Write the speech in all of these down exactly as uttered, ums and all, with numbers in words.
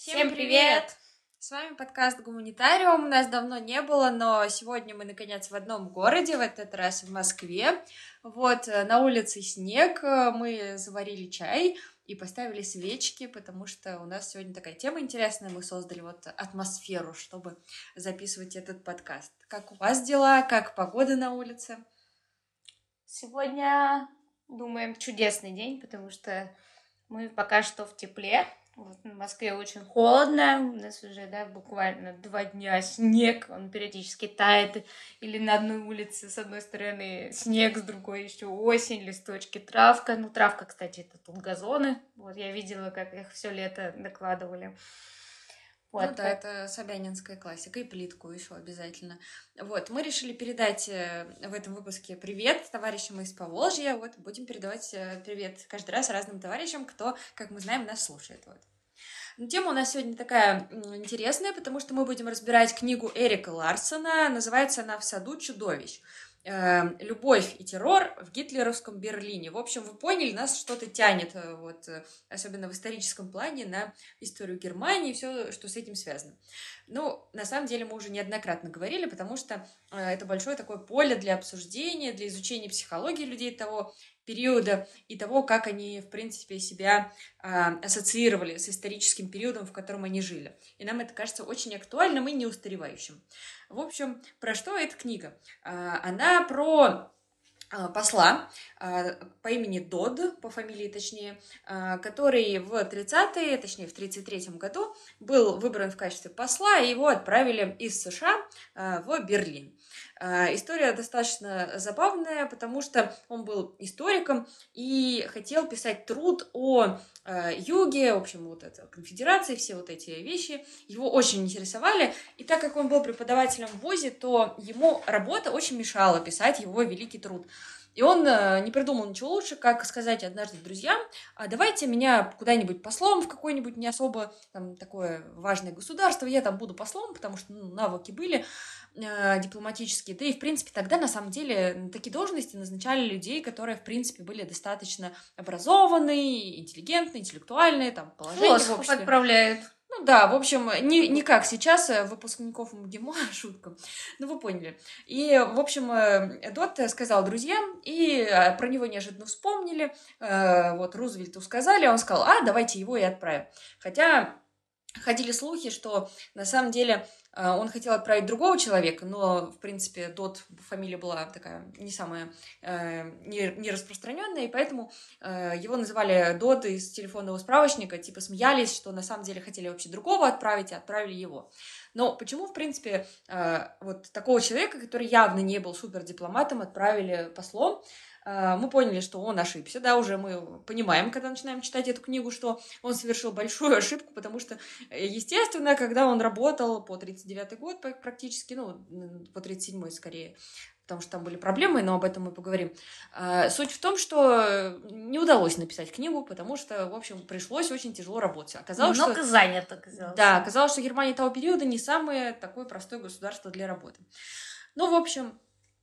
Всем привет! С вами подкаст «Гуманитариум». Нас давно не было, но сегодня мы, наконец, в одном городе, в этот раз в Москве. Вот, на улице снег, мы заварили чай и поставили свечки, потому что у нас сегодня такая тема интересная. Мы создали вот атмосферу, чтобы записывать этот подкаст. Как у вас дела? Как погода на улице? Сегодня, думаем, чудесный день, потому что мы пока что в тепле. Вот в Москве очень холодно, у нас уже, да, буквально два дня снег, он периодически тает, или на одной улице с одной стороны снег, с другой еще осень, листочки, травка. Ну, травка, кстати, это тут газоны. Вот я видела, как их все лето докладывали. Вот. Ну да, это собянинская классика, и плитку еще обязательно. Вот, мы решили передать в этом выпуске привет товарищам из Поволжья. Вот, будем передавать привет каждый раз разным товарищам, кто, как мы знаем, нас слушает. Вот. Но тема у нас сегодня такая интересная, потому что мы будем разбирать книгу Эрика Ларсона. Называется она «В саду чудовищ. Любовь и террор в гитлеровском Берлине». В общем, вы поняли, нас что-то тянет, вот, особенно в историческом плане, на историю Германии и все, что с этим связано. Ну, на самом деле, мы уже неоднократно говорили, потому что это большое такое поле для обсуждения, для изучения психологии людей того периода и того, как они, в принципе, себя а, ассоциировали с историческим периодом, в котором они жили. И нам это кажется очень актуальным и неустаревающим. В общем, про что эта книга? А, она про посла по имени Дод, по фамилии точнее, который в тридцатые, точнее в тридцать третьем году был выбран в качестве посла, и его отправили из США в Берлин. История достаточно забавная, потому что он был историком и хотел писать труд о юге, в общем, вот это, конфедерации, все вот эти вещи его очень интересовали. И так как он был преподавателем в вузе, то ему работа очень мешала писать его великий труд. И он не придумал ничего лучше, как сказать однажды друзьям: а давайте меня куда-нибудь послом в какое-нибудь не особо там, такое важное государство, я там буду послом, потому что ну, навыки были э, дипломатические. Да и, в принципе, тогда, на самом деле, на такие должности назначали людей, которые, в принципе, были достаточно образованные, интеллигентные, интеллектуальные, там, положение в обществе. Отправляют. Ну да, в общем, не, не как сейчас выпускников МГИМО, шутка, ну вы поняли. И, в общем, Дот сказал друзьям, и про него неожиданно вспомнили, вот Рузвельту сказали, он сказал: а, давайте его и отправим. Хотя ходили слухи, что на самом деле он хотел отправить другого человека, но, в принципе, Дот, фамилия была такая не самая э, не, не распространенная, и поэтому э, его называли Дот из телефонного справочника, типа смеялись, что на самом деле хотели вообще другого отправить, и отправили его. Но почему, в принципе, э, вот такого человека, который явно не был супердипломатом, отправили послом? Мы поняли, что он ошибся, да, уже мы понимаем, когда начинаем читать эту книгу, что он совершил большую ошибку, потому что, естественно, когда он работал по тридцать девятый год практически, ну, по тридцать седьмой скорее, потому что там были проблемы, но об этом мы поговорим. Суть в том, что не удалось написать книгу, потому что, в общем, пришлось очень тяжело работать. Оказалось, Много что... занято оказалось. Да, оказалось, что Германия того периода не самое такое простое государство для работы. Ну, в общем...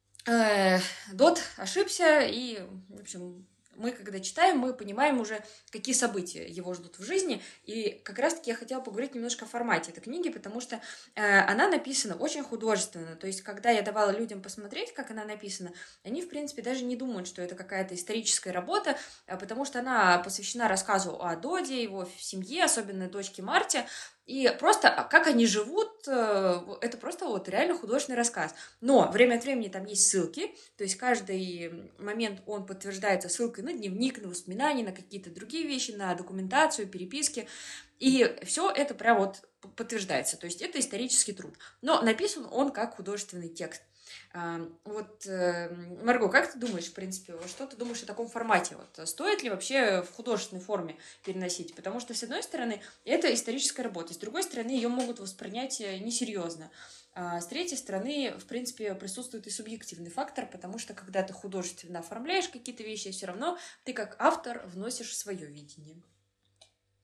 Дот ошибся, и, в общем, мы, когда читаем, мы понимаем уже, какие события его ждут в жизни, и как раз-таки я хотела поговорить немножко о формате этой книги, потому что э, она написана очень художественно, то есть, когда я давала людям посмотреть, как она написана, они, в принципе, даже не думают, что это какая-то историческая работа, потому что она посвящена рассказу о Доде, его семье, особенно дочке Марте, и просто как они живут, это просто вот реально художественный рассказ. Но время от времени там есть ссылки, то есть каждый момент он подтверждается ссылкой на дневник, на воспоминания, на какие-то другие вещи, на документацию, переписки. И все это прям вот подтверждается, то есть это исторический труд. Но написан он как художественный текст. Вот, Марго, как ты думаешь, в принципе, что ты думаешь о таком формате? Вот, стоит ли вообще в художественной форме переносить? Потому что, с одной стороны, это историческая работа, с другой стороны, ее могут воспринять несерьезно. А с третьей стороны, в принципе, присутствует и субъективный фактор, потому что, когда ты художественно оформляешь какие-то вещи, все равно ты, как автор, вносишь свое видение.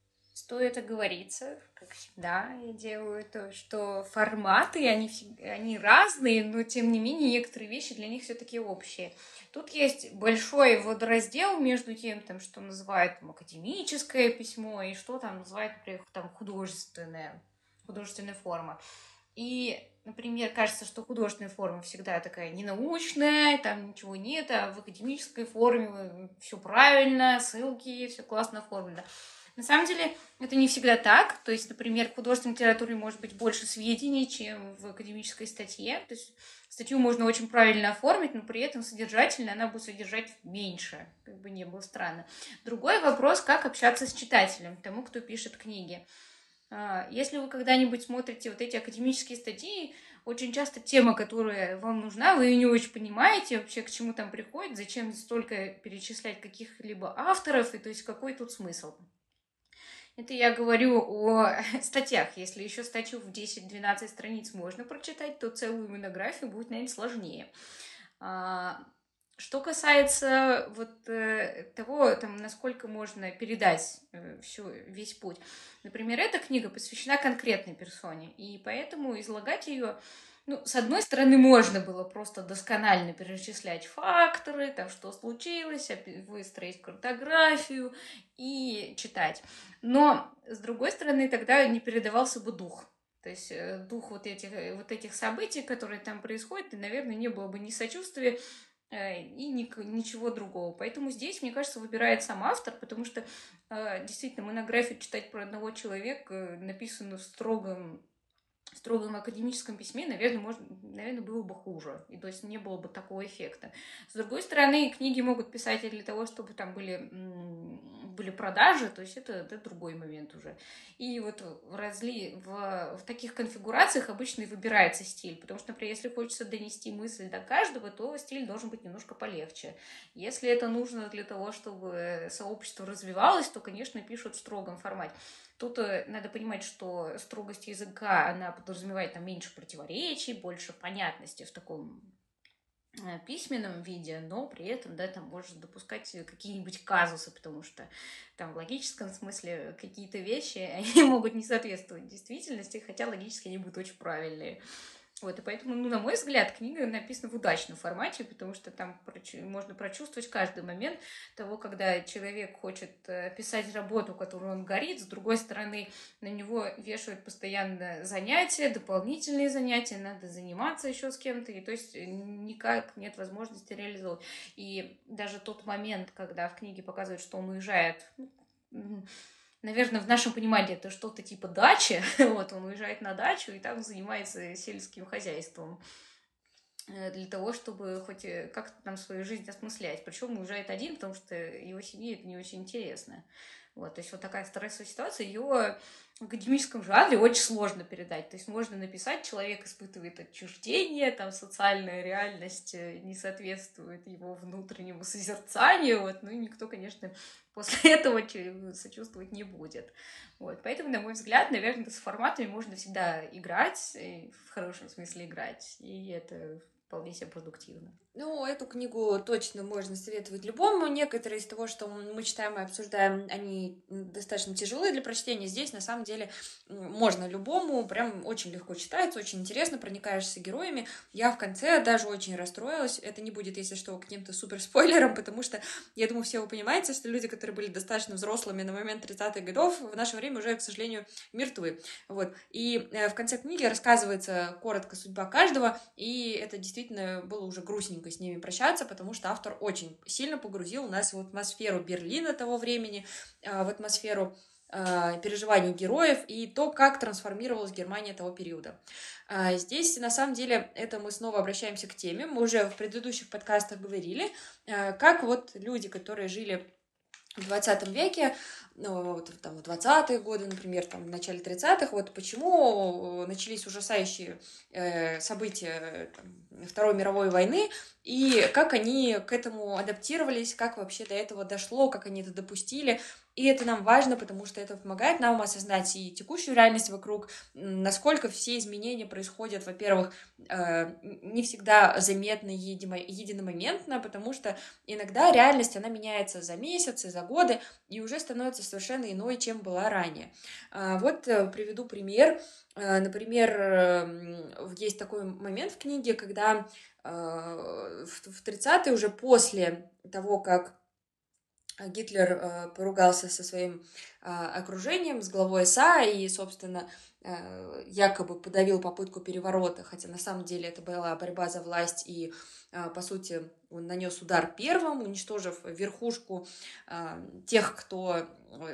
Стоит оговориться, как всегда я делаю то, что форматы, они, они разные, но тем не менее некоторые вещи для них все-таки общие. Тут есть большой водораздел между тем, там, что называют там, академическое письмо и что там называют, например, там, художественная, художественная форма. И, например, кажется, что художественная форма всегда такая ненаучная, там ничего нет, а в академической форме все правильно, ссылки, все классно оформлено. На самом деле это не всегда так. То есть, например, в художественной литературе может быть больше сведений, чем в академической статье. То есть статью можно очень правильно оформить, но при этом содержательно она будет содержать меньше, как бы не было странно. Другой вопрос, как общаться с читателем, тому, кто пишет книги. Если вы когда-нибудь смотрите вот эти академические статьи, очень часто тема, которая вам нужна, вы ее не очень понимаете вообще, к чему там приходит, зачем столько перечислять каких-либо авторов, и то есть какой тут смысл. Это я говорю о статьях. Если еще статью в десять-двенадцать страниц можно прочитать, то целую монографию будет, наверное, сложнее. Что касается вот э, того, там, насколько можно передать э, всю, весь путь. Например, эта книга посвящена конкретной персоне, и поэтому излагать ее, ну, с одной стороны, можно было просто досконально перечислять факторы, там, что случилось, выстроить картографию и читать. Но, с другой стороны, тогда не передавался бы дух. То есть дух вот этих, вот этих событий, которые там происходят, и, наверное, не было бы ни сочувствия, и ничего другого. Поэтому здесь, мне кажется, выбирает сам автор, потому что действительно монографию читать про одного человека, написанную в строгом, в строгом академическом письме, наверное, можно, наверное, было бы хуже. И то есть не было бы такого эффекта. С другой стороны, книги могут писать для того, чтобы там были, были продажи, то есть это, это другой момент уже. И вот в, разли, в, в таких конфигурациях обычно и выбирается стиль, потому что, например, если хочется донести мысль до каждого, то стиль должен быть немножко полегче. Если это нужно для того, чтобы сообщество развивалось, то, конечно, пишут в строгом формате. Тут надо понимать, что строгость языка, она подразумевает там меньше противоречий, больше понятности в таком письменном виде, но при этом, да, там может допускать какие-нибудь казусы, потому что там в логическом смысле какие-то вещи, они могут не соответствовать действительности, хотя логически они будут очень правильные. Вот, и поэтому, ну, на мой взгляд, книга написана в удачном формате, потому что там можно прочувствовать каждый момент того, когда человек хочет писать работу, которую он горит, с другой стороны, на него вешают постоянно занятия, дополнительные занятия, надо заниматься еще с кем-то, и то есть никак нет возможности реализовать. И даже тот момент, когда в книге показывают, что он уезжает, наверное, в нашем понимании это что-то типа дачи. Вот, он уезжает на дачу и там занимается сельским хозяйством для того, чтобы хоть как-то там свою жизнь осмыслять. Причем уезжает один, потому что его семье это не очень интересно. Вот, то есть вот такая стрессовая ситуация, ее в академическом жанре очень сложно передать. То есть можно написать, человек испытывает отчуждение, там социальная реальность не соответствует его внутреннему созерцанию, вот, ну и никто, конечно, после этого сочувствовать не будет. Вот, поэтому, на мой взгляд, наверное, с форматами можно всегда играть, в хорошем смысле играть, и это вполне себе продуктивно. Ну, эту книгу точно можно советовать любому. Некоторые из того, что мы читаем и обсуждаем, они достаточно тяжелые для прочтения. Здесь, на самом деле, можно любому. Прям очень легко читается, очень интересно, проникаешься героями. Я в конце даже очень расстроилась. Это не будет, если что, каким-то супер-спойлером, потому что, я думаю, все вы понимаете, что люди, которые были достаточно взрослыми на момент тридцатых годов, в наше время уже, к сожалению, мертвы. Вот. И в конце книги рассказывается коротко судьба каждого, и это действительно было уже грустненько с ними прощаться, потому что автор очень сильно погрузил нас в атмосферу Берлина того времени, в атмосферу переживаний героев и то, как трансформировалась Германия того периода. Здесь, на самом деле, это мы снова обращаемся к теме. Мы уже в предыдущих подкастах говорили, как вот люди, которые жили в двадцатом веке, ну, вот, там, в двадцатые годы, например, там, в начале тридцатых, вот почему начались ужасающие э, события там, Второй мировой войны, и как они к этому адаптировались, как вообще до этого дошло, как они это допустили. И это нам важно, потому что это помогает нам осознать и текущую реальность вокруг, насколько все изменения происходят, во-первых, не всегда заметно единомоментно, потому что иногда реальность, она меняется за месяцы, за годы, и уже становится совершенно иной, чем была ранее. Вот приведу пример. Например, есть такой момент в книге, когда в тридцатые, уже после того, как Гитлер поругался со своим окружением, с главой эс а, и, собственно, якобы подавил попытку переворота, хотя на самом деле это была борьба за власть, и, по сути, он нанес удар первым, уничтожив верхушку тех, кто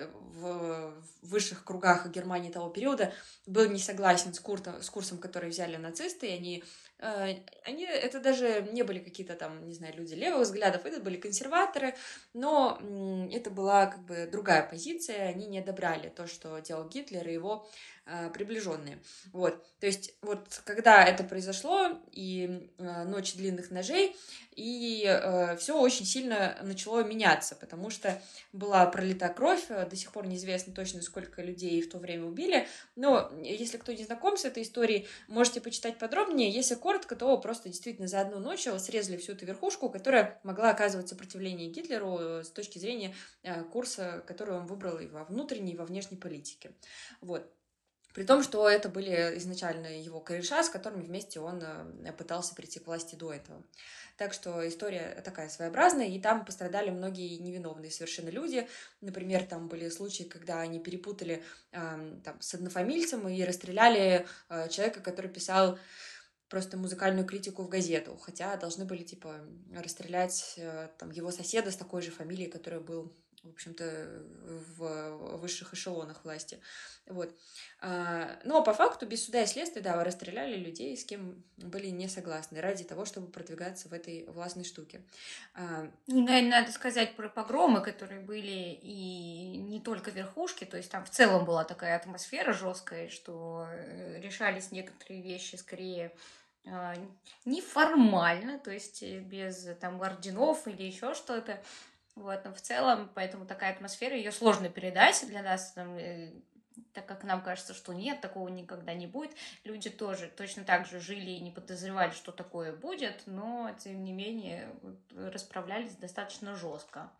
в высших кругах Германии того периода был не согласен с, куртом, с курсом, который взяли нацисты, и они, они, это даже не были какие-то там, не знаю, люди левых взглядов, это были консерваторы, но это была как бы другая позиция, они не одобряли то, что делал Гитлер и его приближенные. Вот. То есть вот когда это произошло, и э, ночь длинных ножей, и э, все очень сильно начало меняться, потому что была пролита кровь, до сих пор неизвестно точно, сколько людей в то время убили, но если кто не знаком с этой историей, можете почитать подробнее. Если коротко, то просто действительно за одну ночь срезали всю эту верхушку, которая могла оказывать сопротивление Гитлеру с точки зрения э, курса, который он выбрал и во внутренней, и во внешней политике. Вот. При том, что это были изначально его кореша, с которыми вместе он пытался прийти к власти до этого. Так что история такая своеобразная, и там пострадали многие невиновные совершенно люди. Например, там были случаи, когда они перепутали э, там, с однофамильцем и расстреляли э, человека, который писал просто музыкальную критику в газету, хотя должны были, типа, расстрелять э, там, его соседа с такой же фамилией, который был, в общем-то, в высших эшелонах власти. Вот. Но по факту без суда и следствия, да, расстреляли людей, с кем были не согласны, ради того, чтобы продвигаться в этой властной штуке. Ну, наверное, надо сказать про погромы, которые были, и не только верхушки, то есть там в целом была такая атмосфера жесткая, что решались некоторые вещи скорее неформально, то есть без там орденов или еще что-то. Вот, но в целом, поэтому такая атмосфера, ее сложно передать для нас, там, э, так как нам кажется, что нет, такого никогда не будет. Люди тоже точно так же жили и не подозревали, что такое будет, но, тем не менее, вот, расправлялись достаточно жестко.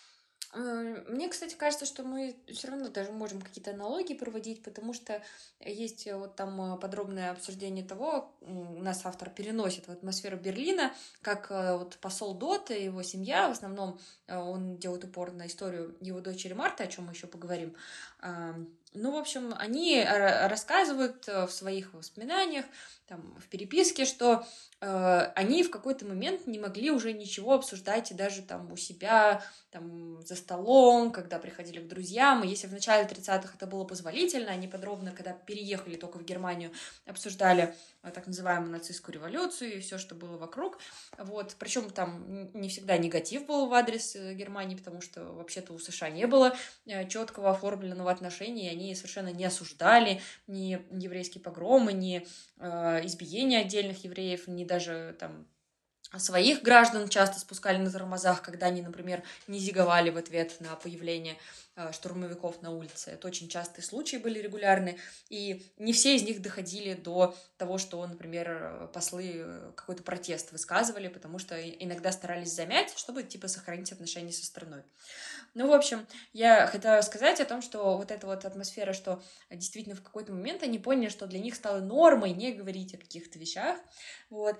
Мне, кстати, кажется, что мы все равно даже можем какие-то аналогии проводить, потому что есть вот там подробное обсуждение того, у нас автор переносит в атмосферу Берлина, как вот посол Дот и его семья, в основном он делает упор на историю его дочери Марты, о чем мы еще поговорим. Ну, в общем, они рассказывают в своих воспоминаниях, там, в переписке, что э, они в какой-то момент не могли уже ничего обсуждать и даже там у себя, там, за столом, когда приходили к друзьям. И если в начале тридцатых это было позволительно, они подробно, когда переехали только в Германию, обсуждали э, так называемую нацистскую революцию и все, что было вокруг. Вот. Причем там не всегда негатив был в адрес Германии, потому что вообще-то у США не было э, четкого оформленного отношения, и они совершенно не осуждали ни еврейские погромы, ни э, избиения отдельных евреев, ни даже там своих граждан часто спускали на тормозах, когда они, например, не зиговали в ответ на появление э, штурмовиков на улице. Это очень частые случаи были регулярны, и не все из них доходили до того, что, например, послы какой-то протест высказывали, потому что иногда старались замять, чтобы, типа, сохранить отношения со страной. Ну, в общем, я хотела сказать о том, что вот эта вот атмосфера, что действительно в какой-то момент они поняли, что для них стало нормой не говорить о каких-то вещах, вот.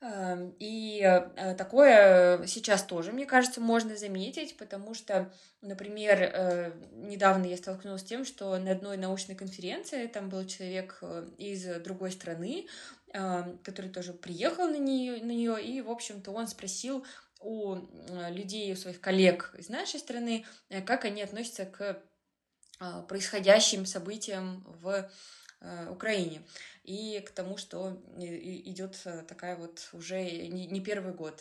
И такое сейчас тоже, мне кажется, можно заметить, потому что, например, недавно я столкнулась с тем, что на одной научной конференции там был человек из другой страны, который тоже приехал на нее, на нее, и, в общем-то, он спросил у людей, у своих коллег из нашей страны, как они относятся к происходящим событиям в Украине и к тому, что идет такая вот уже не первый год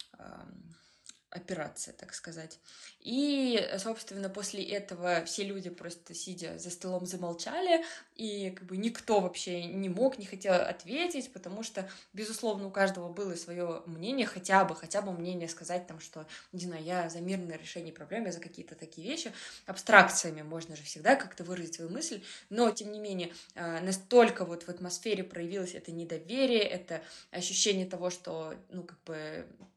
операция, так сказать. И, собственно, после этого все люди просто, сидя за столом, замолчали, и как бы никто вообще не мог, не хотел ответить, потому что, безусловно, у каждого было свое мнение, хотя бы, хотя бы мнение сказать там, что, не знаю, я за мирное решение проблем, я за какие-то такие вещи. Абстракциями можно же всегда как-то выразить свою мысль, но, тем не менее, настолько вот в атмосфере проявилось это недоверие, это ощущение того, что, ну, как бы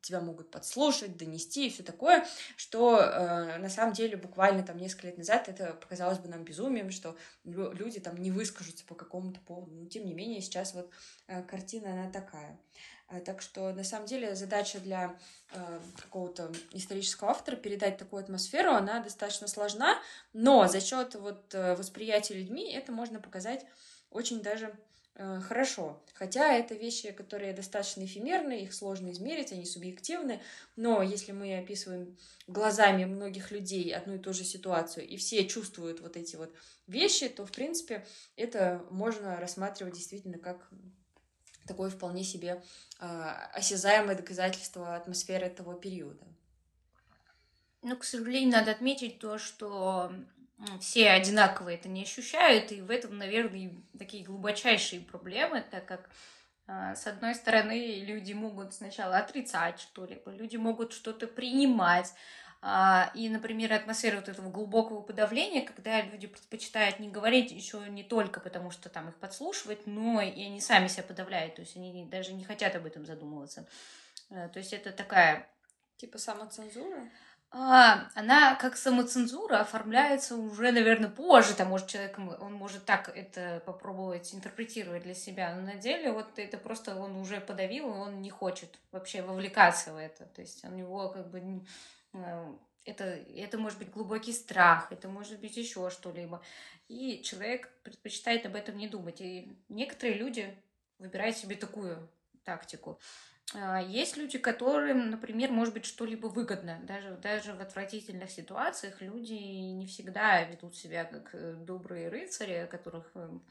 тебя могут подслушать, донести и все такое, что э, на самом деле буквально там несколько лет назад это показалось бы нам безумием, что лю- люди там не выскажутся по какому-то поводу. Но тем не менее сейчас вот э, картина она такая. Э, Так что на самом деле задача для э, какого-то исторического автора передать такую атмосферу, она достаточно сложна, но за счет вот э, восприятия людьми это можно показать очень даже э, хорошо. Хотя это вещи, которые достаточно эфемерны, их сложно измерить, они субъективны, но если мы описываем глазами многих людей одну и ту же ситуацию, и все чувствуют вот эти вот вещи, то, в принципе, это можно рассматривать действительно как такое вполне себе э, осязаемое доказательство атмосферы того периода. Ну, к сожалению, надо отметить то, что все одинаково это не ощущают, и в этом, наверное, такие глубочайшие проблемы, так как с одной стороны, люди могут сначала отрицать что-либо, люди могут что-то принимать. И, например, атмосфера вот этого глубокого подавления, когда люди предпочитают не говорить еще не только потому, что там их подслушивают, но и они сами себя подавляют, то есть они даже не хотят об этом задумываться. То есть это такая... Типа самоцензура? А, она как самоцензура оформляется уже, наверное, позже. Там, может, человек, он может так это попробовать интерпретировать для себя, но на деле вот это просто он уже подавил, и он не хочет вообще вовлекаться в это. То есть у него как бы это, это может быть глубокий страх, это может быть еще что-либо. И человек предпочитает об этом не думать. И некоторые люди выбирают себе такую тактику. Есть люди, которым, например, может быть что-либо выгодно. Даже, даже в отвратительных ситуациях люди не всегда ведут себя как добрые рыцари, которых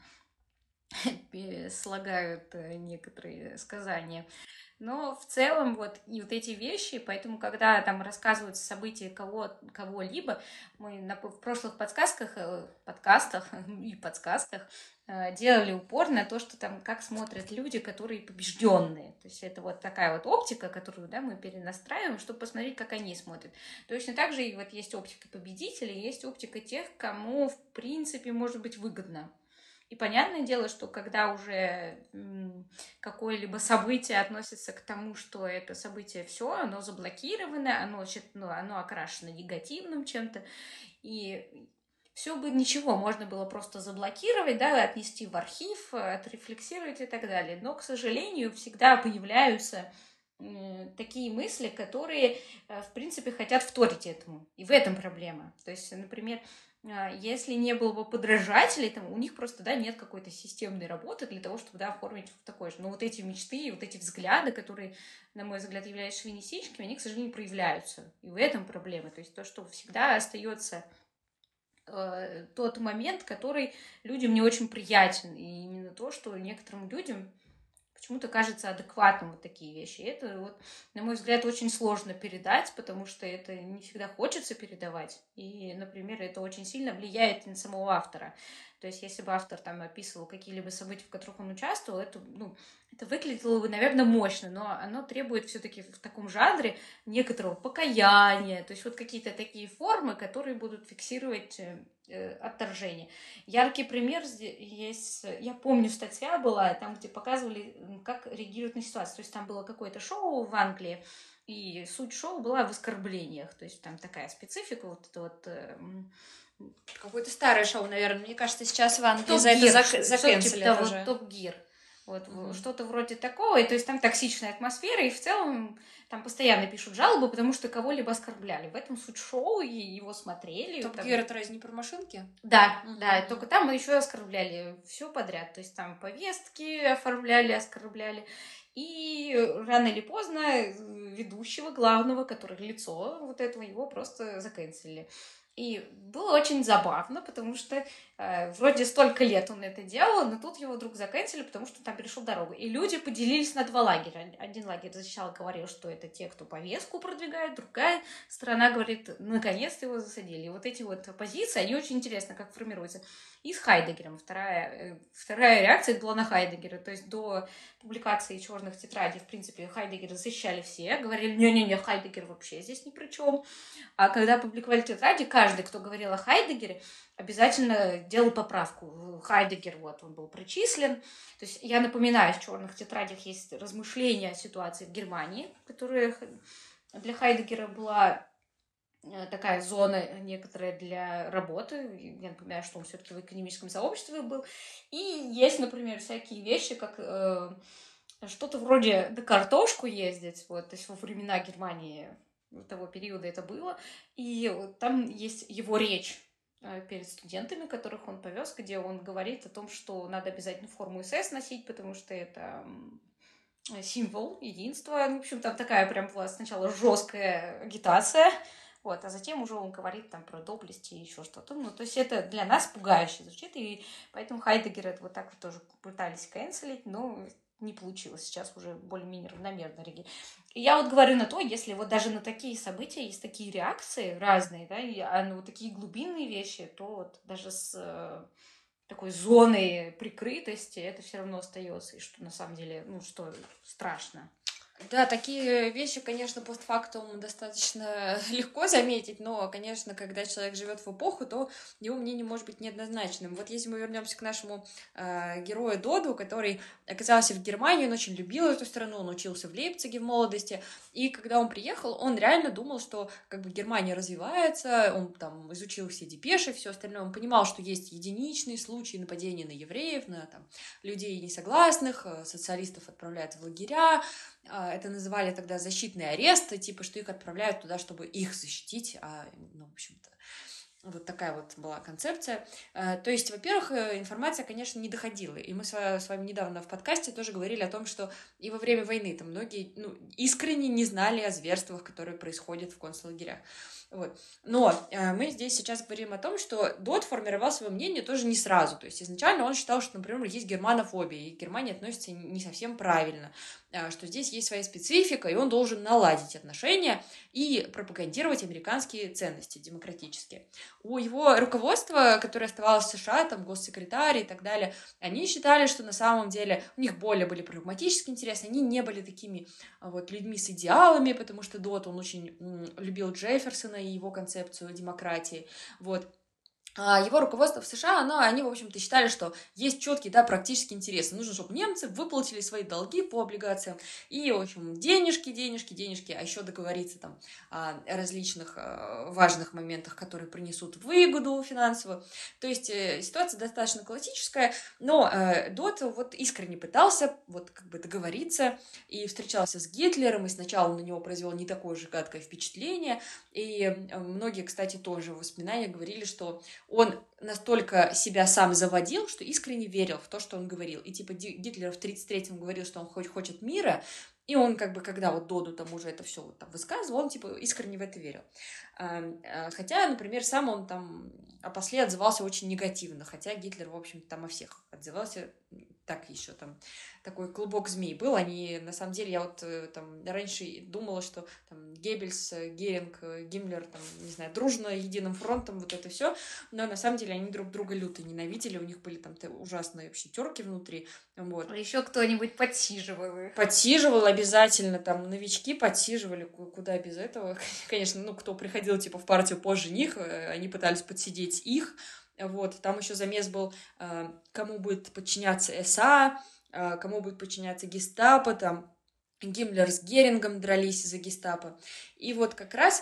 слагают некоторые сказания. Но в целом вот и вот эти вещи, поэтому когда там рассказываются события кого, кого-либо, мы на, в прошлых подсказках, подкастах и подсказках делали упор на то, что там как смотрят люди, которые побежденные. То есть это вот такая вот оптика, которую, да, мы перенастраиваем, чтобы посмотреть, как они смотрят. Точно так же и вот есть оптика победителей, есть оптика тех, кому в принципе может быть выгодно. И понятное дело, что когда уже какое-либо событие относится к тому, что это событие все, оно заблокировано, оно, ну, оно окрашено негативным чем-то, и все бы ничего, можно было просто заблокировать, да, отнести в архив, отрефлексировать и так далее. Но, к сожалению, всегда появляются такие мысли, которые, в принципе, хотят вторить этому. И в этом проблема. То есть, например, если не было бы подражателей, там, у них просто, да, нет какой-то системной работы для того, чтобы, да, оформить в такое же. Но вот эти мечты, вот эти взгляды, которые, на мой взгляд, являются шовинистическими, они, к сожалению, проявляются. И в этом проблема. То есть то, что всегда остается э, тот момент, который людям не очень приятен. И именно то, что некоторым людям почему-то кажется адекватным вот такие вещи. И это, вот, на мой взгляд, очень сложно передать, потому что это не всегда хочется передавать. И, например, это очень сильно влияет на самого автора. То есть, если бы автор там описывал какие-либо события, в которых он участвовал, это, ну, это выглядело бы, наверное, мощно, но оно требует все-таки в таком жанре некоторого покаяния, то есть вот какие-то такие формы, которые будут фиксировать э, отторжение. Яркий пример есть, я помню, статья была, там, где показывали, как реагируют на ситуацию. То есть там было какое-то шоу в Англии, и суть шоу была в оскорблениях. То есть там такая специфика, вот это вот... Э, Какое-то старое шоу, наверное. Мне кажется, сейчас в Англии за это зак- закэнселят типа, уже. Вот Топ-Гир. Вот, угу. Что-то вроде такого. И то есть там токсичная атмосфера, и в целом там постоянно пишут жалобы, потому что кого-либо оскорбляли. В этом суть шоу, и его смотрели. Топ-Гир это разве не про машинки? Да, угу. да, только там еще оскорбляли все подряд. То есть там повестки оформляли, оскорбляли. И рано или поздно ведущего, главного, который лицо вот этого, его просто закэнселили. И было очень забавно, потому что э, вроде столько лет он это делал, но тут его вдруг закэнсили, потому что там перешел дорогу. И люди поделились на два лагеря. Один лагерь сначала говорил, что это те, кто повестку продвигает, другая сторона говорит, наконец-то его засадили. И вот эти вот позиции, они очень интересно, как формируются. и с Хайдеггером. Вторая, вторая реакция была на Хайдеггера. То есть до публикации «Черных тетрадей», в принципе, Хайдеггера защищали все, говорили, не-не-не, Хайдеггер вообще здесь ни при чем. А когда публиковали тетради, каждый, кто говорил о Хайдеггере, обязательно делал поправку. Хайдеггер, вот, он был причислен. То есть, я напоминаю, в «Черных тетрадях» есть размышления о ситуации в Германии, которая для Хайдеггера была такая зона некоторая для работы. Я напоминаю, что он все-таки в экономическом сообществе был. И есть, например, всякие вещи, как э, что-то вроде на картошку ездить, вот, то есть во времена Германии того периода это было. И вот там есть его речь перед студентами, которых он повез, где он говорит о том, что надо обязательно форму эс эс носить, потому что это символ единства. В общем, там такая прям была сначала жесткая агитация, вот, а затем уже он говорит там про доблесть и еще что-то. Ну, то есть это для нас пугающе звучит, и поэтому Хайдеггера это вот так вот тоже пытались канцелить, но не получилось. Сейчас уже более-менее равномерно реагирует. И я вот говорю на то, если вот даже на такие события есть такие реакции разные, да, и, а на вот такие глубинные вещи, то вот даже с э, такой зоной прикрытости это все равно остается, и что на самом деле, ну, что страшно. Да, такие вещи, конечно, постфактум достаточно легко заметить, но, конечно, когда человек живет в эпоху, то его мнение может быть неоднозначным. Вот если мы вернемся к нашему э, герою Доду, который оказался в Германии, он очень любил эту страну, он учился в Лейпциге в молодости, и когда он приехал, он реально думал, что как бы Германия развивается, он там изучил все депеши, все остальное, он понимал, что есть единичные случаи нападения на евреев, на там, людей несогласных, социалистов отправляют в лагеря. Это называли тогда защитные аресты, типа, что их отправляют туда, чтобы их защитить, а, ну, в общем-то, вот такая вот была концепция. То есть, во-первых, информация, конечно, не доходила. И мы с вами недавно в подкасте тоже говорили о том, что и во время войны там многие ну, искренне не знали о зверствах, которые происходят в концлагерях. Вот. Но э, мы здесь сейчас говорим о том, что Дод формировал свое мнение тоже не сразу. То есть изначально он считал, что, например, есть германофобия, и к Германии относится не совсем правильно, э, что здесь есть своя специфика, и он должен наладить отношения и пропагандировать американские ценности демократические. У его руководства, которое оставалось в США, там госсекретарь и так далее, они считали, что на самом деле у них более были прагматические интересы, они не были такими вот людьми с идеалами, потому что Дод, он очень м, любил Джефферсона и его концепцию демократии, вот. Его руководство в США, оно, они, в общем-то, считали, что есть четкие, да, практические интересы. Нужно, чтобы немцы выплатили свои долги по облигациям. И, в общем, денежки, денежки, денежки, а еще договориться там о различных важных моментах, которые принесут выгоду финансовую. То есть ситуация достаточно классическая, но Дод вот искренне пытался вот как бы договориться и встречался с Гитлером, и сначала на него произвел не такое же гадкое впечатление. И многие, кстати, тоже в воспоминаниях говорили, что он настолько себя сам заводил, что искренне верил в то, что он говорил. И типа Гитлер в тридцать третьем говорил, что он хоть хочет мира, и он как бы, когда вот Доду там уже это все вот там высказывал, он типа искренне в это верил. Хотя, например, сам он там о после отзывался очень негативно, хотя Гитлер, в общем-то, там о всех отзывался так еще там такой клубок змей был. Они, на самом деле, я вот там раньше думала, что там Геббельс, Геринг, Гиммлер, там, не знаю, дружно, единым фронтом, вот это все, но на самом деле они друг друга люто ненавидели, у них были там ужасные вообще терки внутри, вот. А еще кто-нибудь подсиживал их. Подсиживал обязательно, там, новички подсиживали, куда без этого, конечно, ну, кто приходил, типа, в партию позже них, они пытались подсидеть их. Вот, там еще замес был, кому будет подчиняться эс а, кому будет подчиняться гестапо, там Гиммлер с Герингом дрались за гестапо. И вот как раз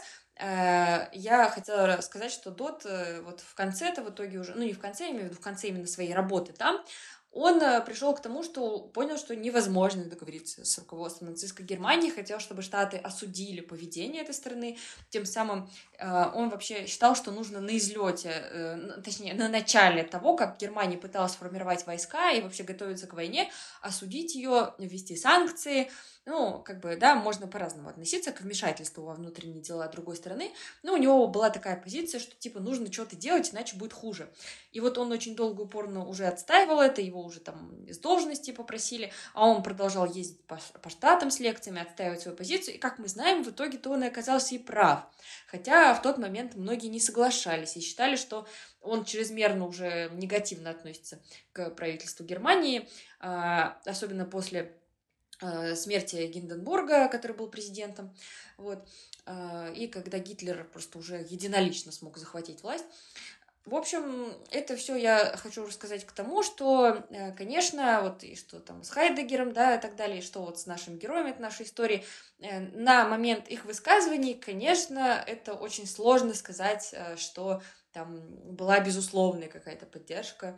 я хотела сказать, что Дод вот в конце-то в итоге уже, ну не в конце, я имею в виду в конце именно своей работы там, он пришел к тому, что понял, что невозможно договориться с руководством нацистской Германии, хотел, чтобы Штаты осудили поведение этой страны, тем самым он вообще считал, что нужно на излете, точнее, на начале того, как Германия пыталась формировать войска и вообще готовиться к войне, осудить ее, ввести санкции. Ну, как бы, да, можно по-разному относиться к вмешательству во внутренние дела другой страны, но у него была такая позиция, что, типа, нужно что-то делать, иначе будет хуже. И вот он очень долго упорно уже отстаивал это, его его уже там из должности попросили, а он продолжал ездить по, по штатам с лекциями, отстаивать свою позицию, и, как мы знаем, в итоге-то он и оказался и прав. Хотя в тот момент многие не соглашались и считали, что он чрезмерно уже негативно относится к правительству Германии, особенно после смерти Гинденбурга, который был президентом, вот, и когда Гитлер просто уже единолично смог захватить власть. В общем, это все я хочу рассказать к тому, что, конечно, вот и что там с Хайдеггером, да, и так далее, и что вот с нашими героями от нашей истории, на момент их высказываний, конечно, это очень сложно сказать, что там была безусловная какая-то поддержка,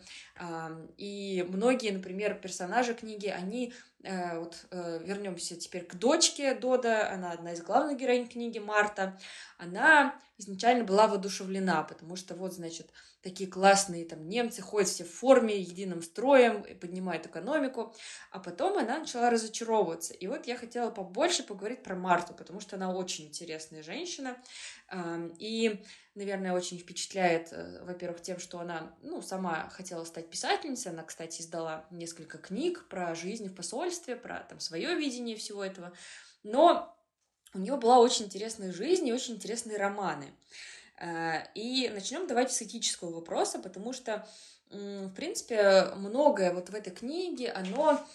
и многие, например, персонажи книги, они, вот вернемся теперь к дочке Дода, она одна из главных героинь книги, Марта, она изначально была воодушевлена, потому что вот, значит, такие классные там немцы ходят все в форме, единым строем, поднимают экономику, а потом она начала разочаровываться. И вот я хотела побольше поговорить про Марту, потому что она очень интересная женщина, и, наверное, очень впечатляет, во-первых, тем, что она, ну, сама хотела стать писательницей, она, кстати, издала несколько книг про жизнь в посольстве, про там свое видение всего этого, но у нее была очень интересная жизнь и очень интересные романы. И начнем давайте с этического вопроса, потому что, в принципе, многое вот в этой книге, оно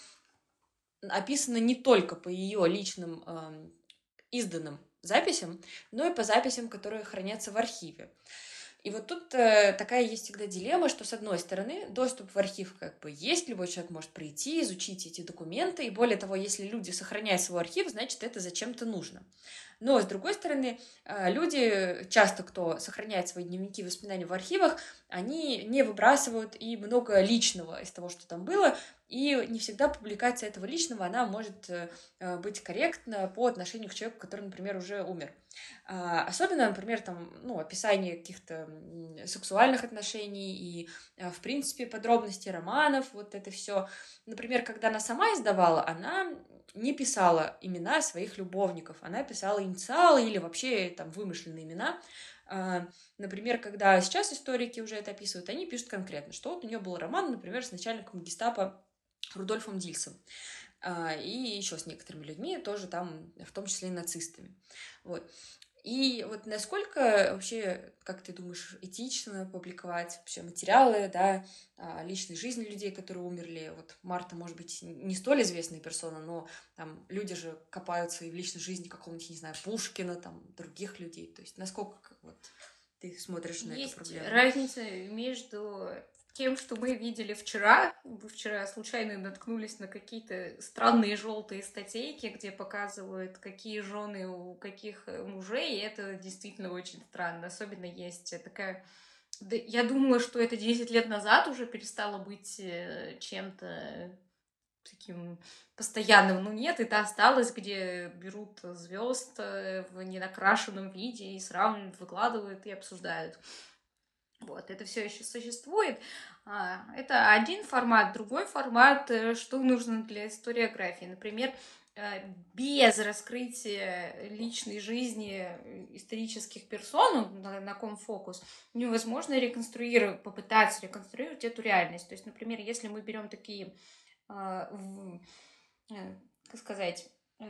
описано не только по ее личным изданным записям, но и по записям, которые хранятся в архиве. И вот тут э, такая есть всегда дилемма, что, с одной стороны, доступ в архив как бы есть, любой человек может прийти, изучить эти документы, и более того, если люди сохраняют свой архив, значит, это зачем-то нужно. Но, с другой стороны, э, люди, часто кто сохраняет свои дневники и воспоминания в архивах, они не выбрасывают и много личного из того, что там было, и не всегда публикация этого личного, она может э, быть корректна по отношению к человеку, который, например, уже умер. А, особенно, например, там, ну, описание каких-то сексуальных отношений и, в принципе, подробности романов, вот это все. Например, когда она сама издавала, она не писала имена своих любовников, она писала инициалы или вообще там вымышленные имена. А, например, когда сейчас историки уже это описывают, они пишут конкретно, что вот у нее был роман, например, с начальником гестапо Рудольфом Дильсом. И еще с некоторыми людьми, тоже там, в том числе и нацистами. Вот. И вот насколько вообще, как ты думаешь, этично публиковать вообще материалы, да, личной жизни людей, которые умерли? Вот Марта, может быть, не столь известная персона, но там люди же копаются и в личной жизни какого-нибудь, не знаю, Пушкина, там, других людей. То есть насколько вот ты смотришь на Есть эту проблему? Есть разница между тем, что мы видели вчера. Мы вчера случайно наткнулись на какие-то странные желтые статейки, где показывают, какие жены у каких мужей, и это действительно очень странно. Особенно есть такая... Да, я думала, что это десять лет назад уже перестало быть чем-то таким постоянным, но нет, это осталось, где берут звезд в ненакрашенном виде и сравнивают, выкладывают и обсуждают. Вот, это все еще существует. Это один формат, другой формат, что нужно для историографии. Например, без раскрытия личной жизни исторических персон, на, на ком фокус, невозможно реконструировать, попытаться реконструировать эту реальность. То есть, например, если мы берем такие, как сказать,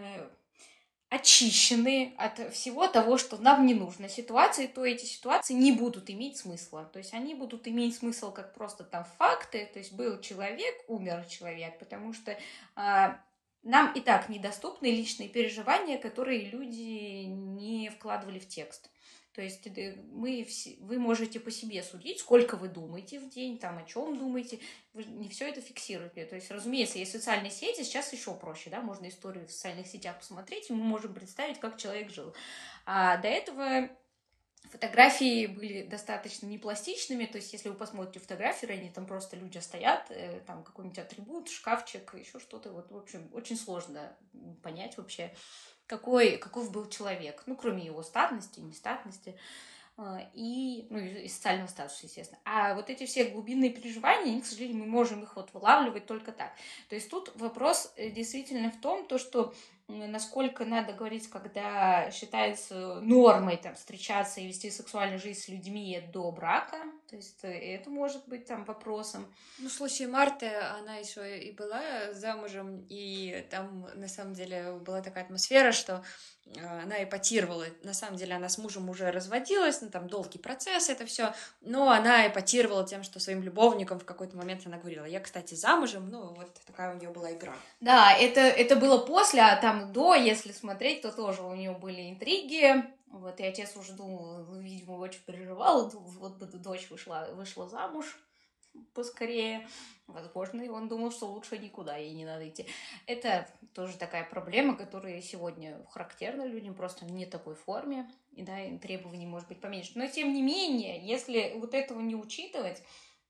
очищенные от всего того, что нам не нужно ситуации, то эти ситуации не будут иметь смысла. То есть они будут иметь смысл как просто там факты, то есть был человек, умер человек, потому что а, нам и так недоступны личные переживания, которые люди не вкладывали в текст. То есть мы, вы можете по себе судить, сколько вы думаете в день, там, о чем думаете, вы не все это фиксируете. То есть, разумеется, есть социальные сети, сейчас еще проще, да, можно историю в социальных сетях посмотреть, и мы можем представить, как человек жил. А до этого фотографии были достаточно непластичными, то есть, если вы посмотрите фотографии, они там просто люди стоят, там какой-нибудь атрибут, шкафчик, еще что-то, вот, в общем, очень сложно понять вообще, какой, каков был человек, ну, кроме его статности, нестатности и, ну, и социального статуса, естественно. А вот эти все глубинные переживания, они, к сожалению, мы можем их вот вылавливать только так. То есть тут вопрос действительно в том, то, что насколько надо говорить, когда считается нормой там, встречаться и вести сексуальную жизнь с людьми до брака, То есть это может быть там вопросом. Ну, в случае Марты она еще и была замужем, и там на самом деле была такая атмосфера, что она эпатировала. На самом деле она с мужем уже разводилась, ну там долгий процесс, это все, но она эпатировала тем, что своим любовникам в какой-то момент она говорила: я, кстати, замужем, ну вот такая у нее была игра. Да, это, это было после, а там до, если смотреть, то тоже у нее были интриги. Вот, и отец уже думал, видимо, очень переживал, вот бы дочь вышла, вышла замуж поскорее. Возможно, и он думал, что лучше никуда ей не надо идти. Это тоже такая проблема, которая сегодня характерна людям, просто не такой форме, и да, требований может быть поменьше. Но тем не менее, если вот этого не учитывать,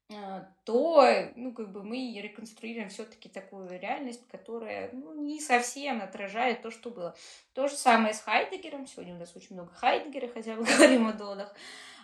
то, ну, как бы мы реконструируем все-таки такую реальность, которая, ну, не совсем отражает то, что было. То же самое с Хайдеггером. Сегодня у нас очень много Хайдеггера, хотя мы говорим о додах.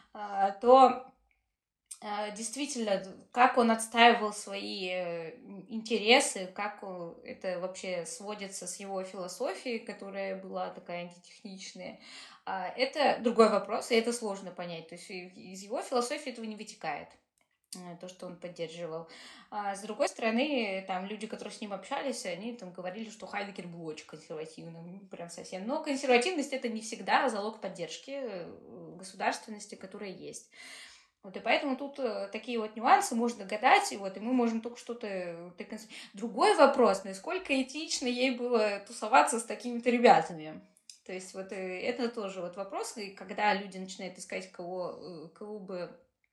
То действительно, как он отстаивал свои интересы, как это вообще сводится с его философией, которая была такая антитехничная, это другой вопрос, и это сложно понять. То есть из его философии этого не вытекает, то, что он поддерживал. А с другой стороны, там люди, которые с ним общались, они там говорили, что Хайдеггер был очень консервативным, прям совсем. Но консервативность — это не всегда залог поддержки государственности, которая есть. Вот, и поэтому тут э, такие вот нюансы можно гадать, и вот, и мы можем только что-то... Другой вопрос, насколько этично ей было тусоваться с такими-то ребятами. То есть вот э, это тоже вот вопрос, и когда люди начинают искать, кого, э, кого бы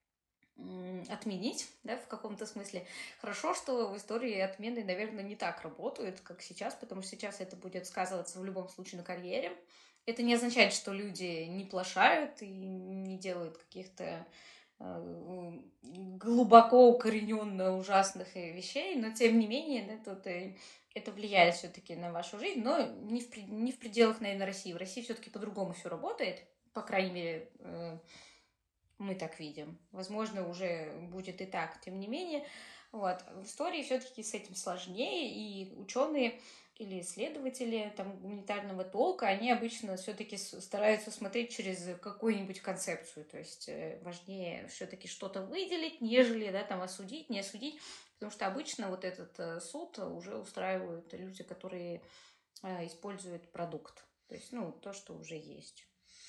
отменить, да, в каком-то смысле. Хорошо, что в истории отмены, наверное, не так работают, как сейчас, потому что сейчас это будет сказываться в любом случае на карьере. Это не означает, что люди не плашают и не делают каких-то э, глубоко укорененно ужасных вещей, но тем не менее, да, тут и это влияет все-таки на вашу жизнь, но не в, не в пределах, наверное, России. В России все-таки по-другому все работает, по крайней мере, э, мы так видим. Возможно, уже будет и так. Тем не менее, вот, в истории все-таки с этим сложнее, и ученые или исследователи там, гуманитарного толка, они обычно все-таки стараются смотреть через какую-нибудь концепцию. То есть важнее все-таки что-то выделить, нежели да, там, осудить, не осудить. Потому что обычно вот этот суд уже устраивают люди, которые используют продукт. То есть, ну, то, что уже есть.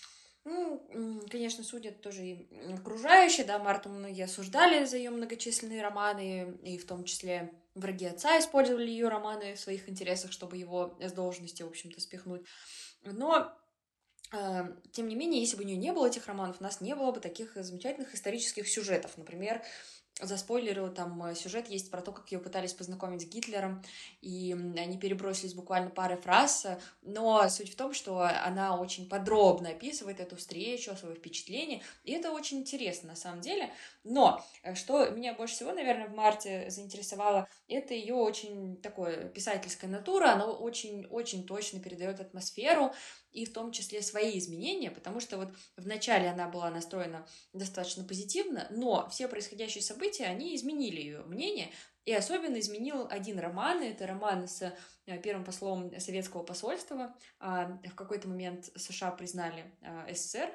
Ну, конечно, судят тоже и окружающие, да, Марту многие осуждали за ее многочисленные романы, и в том числе враги отца использовали ее романы в своих интересах, чтобы его с должности, в общем-то, спихнуть. Но, э, тем не менее, если бы у нее не было этих романов, у нас не было бы таких замечательных исторических сюжетов. Например, заспойлерю, там сюжет есть про то, как ее пытались познакомить с Гитлером, и они перебросились буквально парой фраз, но суть в том, что она очень подробно описывает эту встречу, свои впечатления, и это очень интересно на самом деле. Но что меня больше всего, наверное, в Марте заинтересовало, это ее очень такое писательская натура, она очень-очень точно передает атмосферу, и в том числе свои изменения, потому что вот вначале она была настроена достаточно позитивно, но все происходящие события, они изменили ее мнение, и особенно изменил один роман, это роман с первым послом советского посольства. В какой-то момент США признали СССР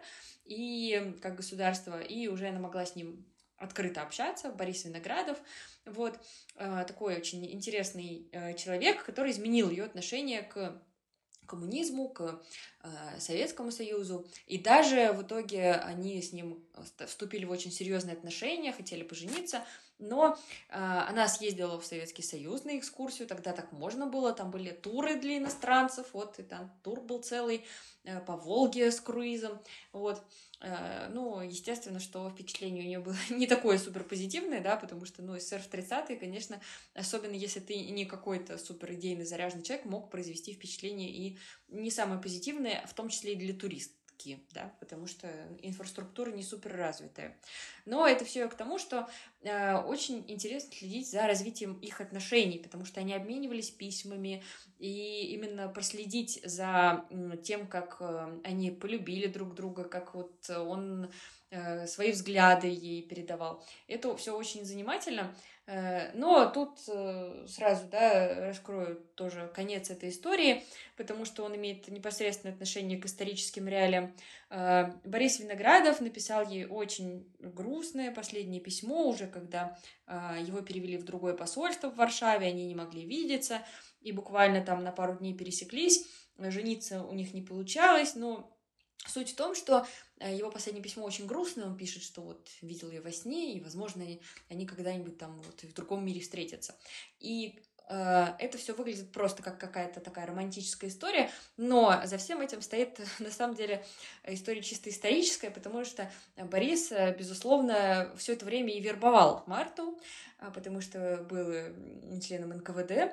и как государство, и уже она могла с ним открыто общаться, Борис Виноградов, вот, такой очень интересный человек, который изменил ее отношение к коммунизму, к э, Советскому Союзу. И даже в итоге они с ним вступили в очень серьезные отношения, хотели пожениться. Но э, она съездила в Советский Союз на экскурсию, тогда так можно было, там были туры для иностранцев, вот, и там тур был целый э, по Волге с круизом, вот. Э, ну, естественно, что впечатление у нее было не такое супер позитивное, да, потому что, ну, СССР в тридцатые, конечно, особенно если ты не какой-то супер идейный заряженный человек, мог произвести впечатление и не самое позитивное, в том числе и для туристов, да, потому что инфраструктура не супер развитая. Но это все к тому, что э, очень интересно следить за развитием их отношений, потому что они обменивались письмами, и именно проследить за э, тем, как э, они полюбили друг друга, как вот он э, свои взгляды ей передавал. Это все очень занимательно. Но тут сразу, да, раскрою тоже конец этой истории, потому что он имеет непосредственное отношение к историческим реалиям. Борис Виноградов написал ей очень грустное последнее письмо, уже когда его перевели в другое посольство в Варшаве, они не могли видеться, и буквально там на пару дней пересеклись, жениться у них не получалось, но суть в том, что его последнее письмо очень грустное, он пишет, что вот видел ее во сне, и, возможно, они когда-нибудь там вот в другом мире встретятся. И э, это все выглядит просто как какая-то такая романтическая история, но за всем этим стоит, на самом деле, история чисто историческая, потому что Борис, безусловно, все это время и вербовал Марту, потому что был членом эн ка вэ дэ,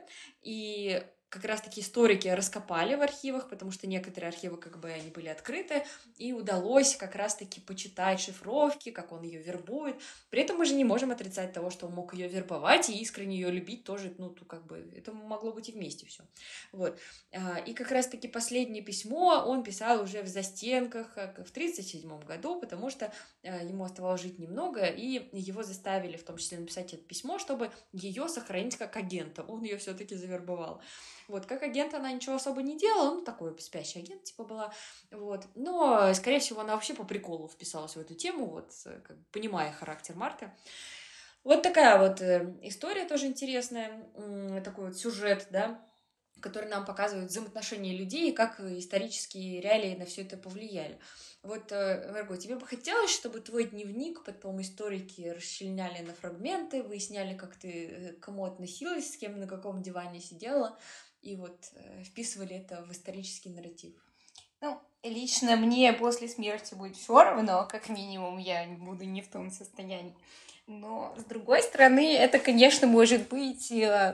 и как раз-таки историки раскопали в архивах, потому что некоторые архивы как бы они были открыты, и удалось как раз-таки почитать шифровки, как он ее вербует. При этом мы же не можем отрицать того, что он мог ее вербовать и искренне ее любить тоже, ну, как бы, это могло быть и вместе все. Вот. И как раз-таки последнее письмо он писал уже в застенках в тридцать седьмом году, потому что ему оставалось жить немного, и его заставили в том числе написать это письмо, чтобы ее сохранить как агента. Он ее все-таки завербовал. Вот, как агент она ничего особо не делала, ну, такой спящий агент, типа, была, вот, но, скорее всего, она вообще по приколу вписалась в эту тему, вот, как, понимая характер Марты. Вот такая вот история тоже интересная, такой вот сюжет, да, который нам показывает взаимоотношения людей и как исторические реалии на все это повлияли. Вот, Марго, тебе бы хотелось, чтобы твой дневник потом историки расчленяли на фрагменты, выясняли, как ты к кому относилась, с кем на каком диване сидела, и вот вписывали это в исторический нарратив? Ну, лично мне после смерти будет все равно, как минимум я буду не в том состоянии. Но, с другой стороны, это, конечно, может быть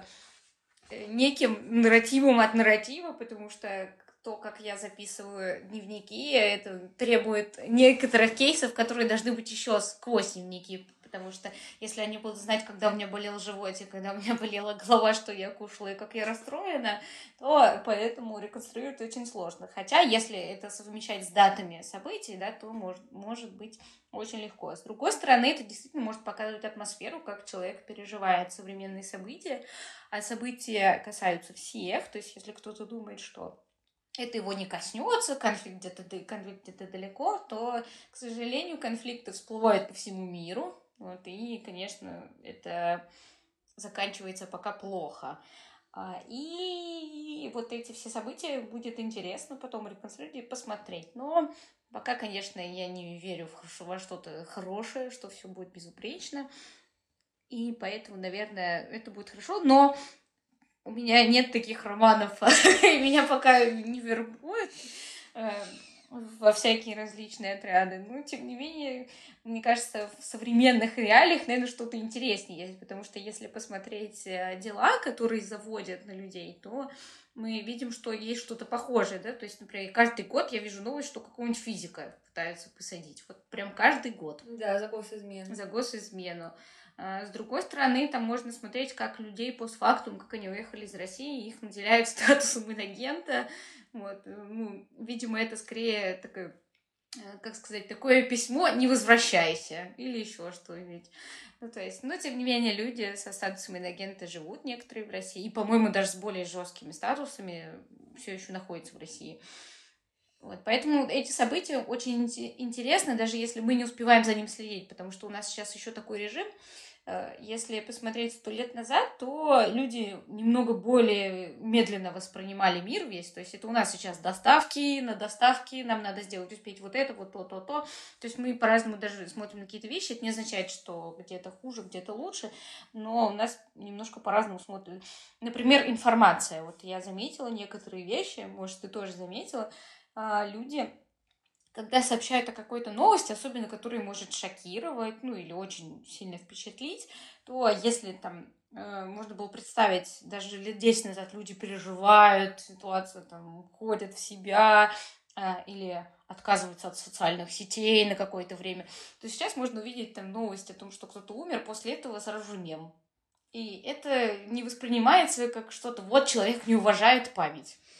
неким нарративом от нарратива, потому что то, как я записываю дневники, это требует некоторых кейсов, которые должны быть еще сквозь дневники, потому что если они будут знать, когда у меня болел животик, когда у меня болела голова, что я кушала и как я расстроена, то поэтому реконструировать очень сложно. Хотя, если это совмещать с датами событий, да, то может, может быть очень легко. С другой стороны, это действительно может показывать атмосферу, как человек переживает современные события, а события касаются всех, то есть если кто-то думает, что это его не коснется, конфликт где-то, конфликт где-то далеко, то, к сожалению, конфликты всплывают по всему миру, вот, и, конечно, это заканчивается пока плохо. И вот эти все события будет интересно потом реконструировать и посмотреть. Но пока, конечно, я не верю во что-то хорошее, что все будет безупречно. И поэтому, наверное, это будет хорошо. Но у меня нет таких романов, и меня пока не вербуют во всякие различные отряды. Но, тем не менее, мне кажется, в современных реалиях, наверное, что-то интереснее есть, потому что если посмотреть дела, которые заводят на людей, то мы видим, что есть что-то похожее, да, то есть, например, каждый год я вижу новость, что какого-нибудь физика пытаются посадить, вот прям каждый год. Да, за госизмену. За госизмену. С другой стороны, там можно смотреть, как людей постфактум, как они уехали из России, их наделяют статусом инагента. Вот. Ну, видимо, это скорее такое, как сказать, такое письмо «не возвращайся» или еще что-нибудь. Ну, то есть, но, тем не менее, люди со статусом инагента живут некоторые в России, и, по-моему, даже с более жесткими статусами все еще находятся в России. Вот, поэтому эти события очень интересны, даже если мы не успеваем за ним следить, потому что у нас сейчас еще такой режим. Если посмотреть сто лет назад, то люди немного более медленно воспринимали мир весь. То есть это у нас сейчас доставки, на доставки, нам надо сделать, успеть вот это, вот то, то, то. То есть мы по-разному даже смотрим на какие-то вещи. Это не означает, что где-то хуже, где-то лучше, но у нас немножко по-разному смотрят. Например, информация. Вот я заметила некоторые вещи, может, ты тоже заметила. Люди, когда сообщают о какой-то новости, особенно которая может шокировать, ну или очень сильно впечатлить, то если там э, можно было представить, даже лет десять назад люди переживают ситуацию, там, уходят в себя э, или отказываются от социальных сетей на какое-то время, то сейчас можно увидеть там новость о том, что кто-то умер, после этого сразу же мем. И это не воспринимается как что-то, вот человек не уважает память.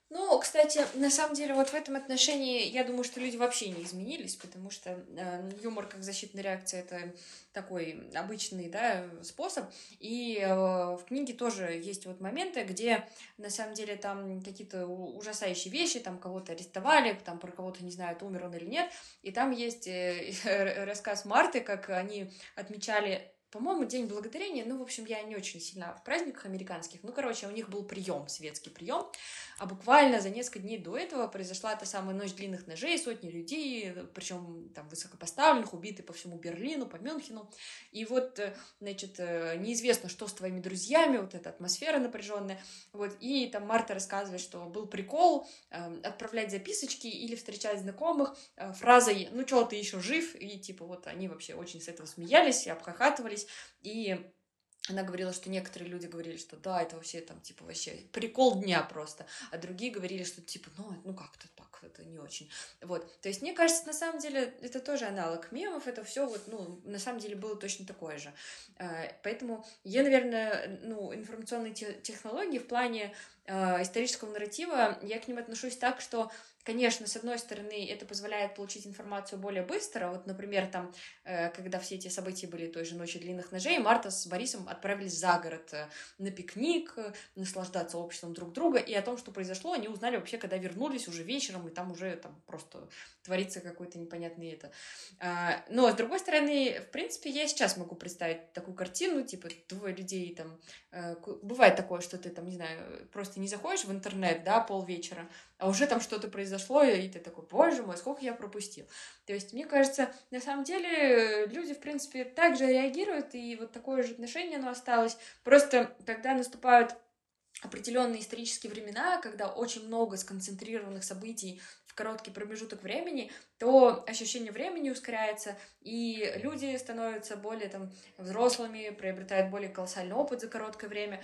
Ну, кстати, на самом деле, вот в этом отношении, я думаю, что люди вообще не изменились, потому что э, юмор как защитная реакция — это такой обычный, да, способ. И э, в книге тоже есть вот моменты, где, на самом деле, там какие-то у- ужасающие вещи, там кого-то арестовали, там про кого-то не знают, умер он или нет. И там есть э, рассказ Марты, как они отмечали, по-моему, День Благодарения. Ну, в общем, я не очень сильна в праздниках американских. Ну, короче, у них был прием, светский прием. А буквально за несколько дней до этого произошла та самая ночь длинных ножей, сотни людей, причем там высокопоставленных, убиты по всему Берлину, по Мюнхену. И вот, э, значит, э, неизвестно, что с твоими друзьями, вот эта атмосфера напряженная. Вот, и там Марта рассказывает, что был прикол э, отправлять записочки или встречать знакомых э, фразой «ну что, ты еще жив?» И типа вот они вообще очень с этого смеялись и обхахатывались. И она говорила, что некоторые люди говорили, что да, это вообще там, типа, вообще прикол дня просто, а другие говорили, что, типа, ну, ну как-то так, это не очень. Вот, то есть, мне кажется, на самом деле, это тоже аналог мемов, это все вот, ну, на самом деле было точно такое же. Поэтому я, наверное, ну, информационные технологии в плане исторического нарратива, я к ним отношусь так, что, конечно, с одной стороны, это позволяет получить информацию более быстро. Вот, например, там, когда все эти события были той же ночью длинных ножей, Марта с Борисом отправились за город на пикник, наслаждаться обществом друг друга, и о том, что произошло, они узнали вообще, когда вернулись уже вечером, и там уже там просто творится какой-то непонятный это. Но, с другой стороны, в принципе, я сейчас могу представить такую картину, типа, двое людей там... Бывает такое, что ты там, не знаю, просто не заходишь в интернет, да, полвечера, а уже там что-то произошло, и ты такой, боже мой, сколько я пропустил. То есть, мне кажется, на самом деле люди, в принципе, так же реагируют, и вот такое же отношение оно осталось. Просто когда наступают определенные исторические времена, когда очень много сконцентрированных событий в короткий промежуток времени, то ощущение времени ускоряется, и люди становятся более там взрослыми, приобретают более колоссальный опыт за короткое время.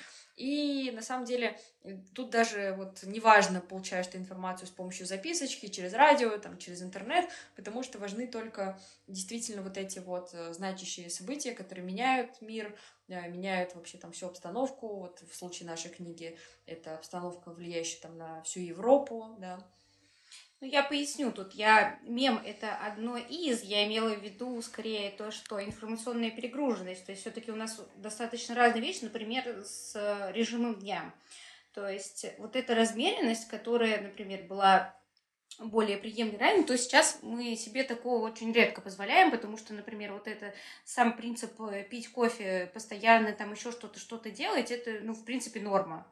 И на самом деле тут даже вот неважно, получаешь ты информацию с помощью записочки, через радио, там, через интернет, потому что важны только действительно вот эти вот значащие события, которые меняют мир, меняют вообще там всю обстановку. Вот в случае нашей книги это обстановка, влияющая там на всю Европу, да. Ну, я поясню тут. Я мем — это одно из, я имела в виду скорее то, что информационная перегруженность. То есть все-таки у нас достаточно разные вещи, например, с режимом дня. То есть вот эта размеренность, которая, например, была более приемлемой ранее, то сейчас мы себе такого очень редко позволяем, потому что, например, вот это сам принцип пить кофе постоянно, там еще что-то, что-то делать, это, ну, в принципе, норма.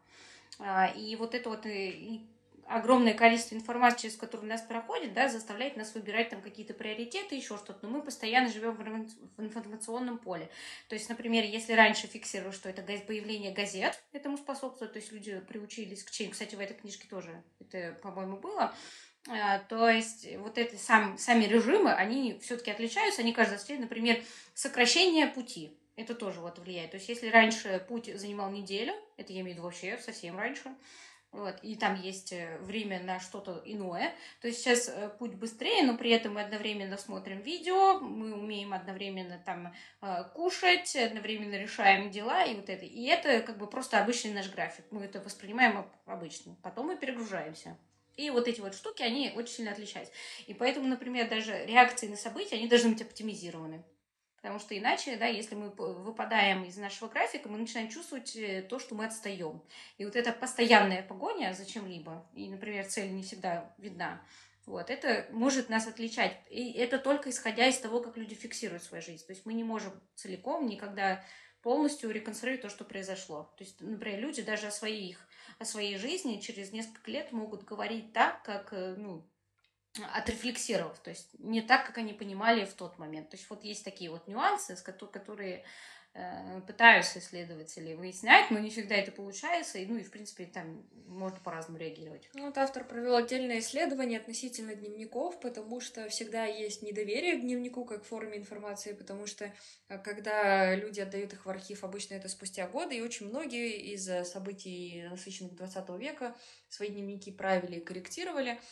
И вот это вот и огромное количество информации, через которую нас проходит, да, заставляет нас выбирать там какие-то приоритеты, еще что-то, но мы постоянно живем в информационном поле. То есть, например, если раньше фиксировали, что это появление газет этому способствует, то есть люди приучились к чтению, кстати, в этой книжке тоже это, по-моему, было, то есть вот это сам, сами режимы, они все-таки отличаются, они каждый раз, например, сокращение пути. Это тоже вот влияет. То есть, если раньше путь занимал неделю, это я имею в виду вообще совсем раньше, вот, и там есть время на что-то иное, то есть сейчас путь быстрее, но при этом мы одновременно смотрим видео, мы умеем одновременно там кушать, одновременно решаем дела и вот это. И это как бы просто обычный наш график, мы это воспринимаем обычно. Потом мы перегружаемся. И вот эти вот штуки, они очень сильно отличаются. И поэтому, например, даже реакции на события, они должны быть оптимизированы. Потому что иначе, да, если мы выпадаем из нашего графика, мы начинаем чувствовать то, что мы отстаем. И вот эта постоянная погоня за чем-либо, и, например, цель не всегда видна, вот, это может нас отличать. И это только исходя из того, как люди фиксируют свою жизнь. То есть мы не можем целиком никогда полностью реконструировать то, что произошло. То есть, например, люди даже о своих, о своей жизни через несколько лет могут говорить так, как, ну, отрефлексировав, то есть не так, как они понимали в тот момент. То есть вот есть такие вот нюансы, которые э, пытаются исследователи выяснять, но не всегда это получается, и, ну и, в принципе, там можно по-разному реагировать. Ну, вот автор провел отдельное исследование относительно дневников, потому что всегда есть недоверие к дневнику как форме информации, потому что когда люди отдают их в архив, обычно это спустя годы, и очень многие из событий насыщенных двадцатого века свои дневники правили и корректировали,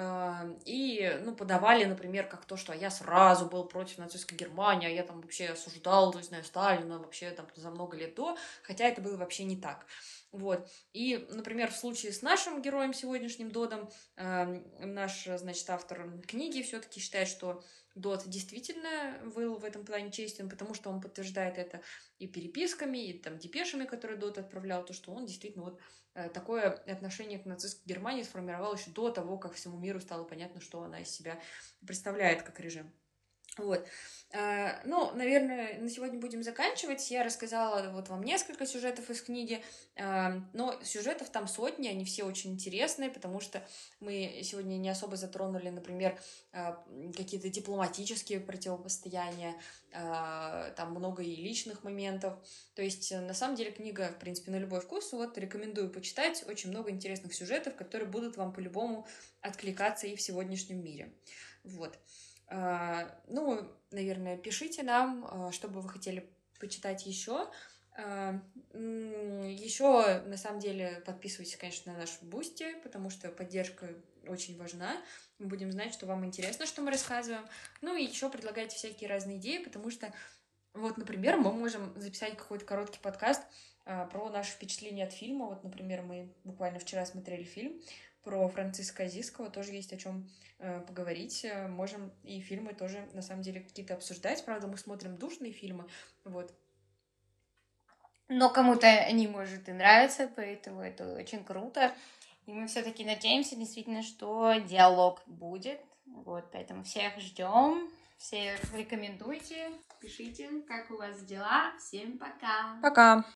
и, ну, подавали, например, как то, что я сразу был против нацистской Германии, а я там вообще осуждал, то есть, знаю, Сталина, составлено вообще там за много лет до, хотя это было вообще не так. Вот. И, например, в случае с нашим героем сегодняшним Додом, э, наш, значит, автор книги все-таки считает, что Дод действительно был в этом плане честен, потому что он подтверждает это и переписками, и там депешами, которые Дод отправлял, то, что он действительно вот э, такое отношение к нацистской Германии сформировал еще до того, как всему миру стало понятно, что она из себя представляет как режим. Вот. Ну, наверное, на сегодня будем заканчивать. Я рассказала вот вам несколько сюжетов из книги, но сюжетов там сотни, они все очень интересные, потому что мы сегодня не особо затронули, например, какие-то дипломатические противостояния, там много и личных моментов. То есть, на самом деле, книга, в принципе, на любой вкус. Вот, рекомендую почитать. Очень много интересных сюжетов, которые будут вам по-любому откликаться и в сегодняшнем мире. Вот. Ну, наверное, пишите нам, что бы вы хотели почитать еще. Еще, на самом деле, подписывайтесь, конечно, на наш Бусти, потому что поддержка очень важна. Мы будем знать, что вам интересно, что мы рассказываем. Ну, и еще предлагайте всякие разные идеи, потому что, вот, например, мы можем записать какой-то короткий подкаст про наши впечатления от фильма. Вот, например, мы буквально вчера смотрели фильм про Франциска Азийского, тоже есть о чем э, поговорить. Можем и фильмы тоже, на самом деле, какие-то обсуждать. Правда, мы смотрим душные фильмы, вот. Но кому-то они, может, и нравятся, поэтому это очень круто. И мы все-таки надеемся, действительно, что диалог будет. Вот, поэтому всех ждем. Всех рекомендуйте, пишите, как у вас дела. Всем пока. Пока.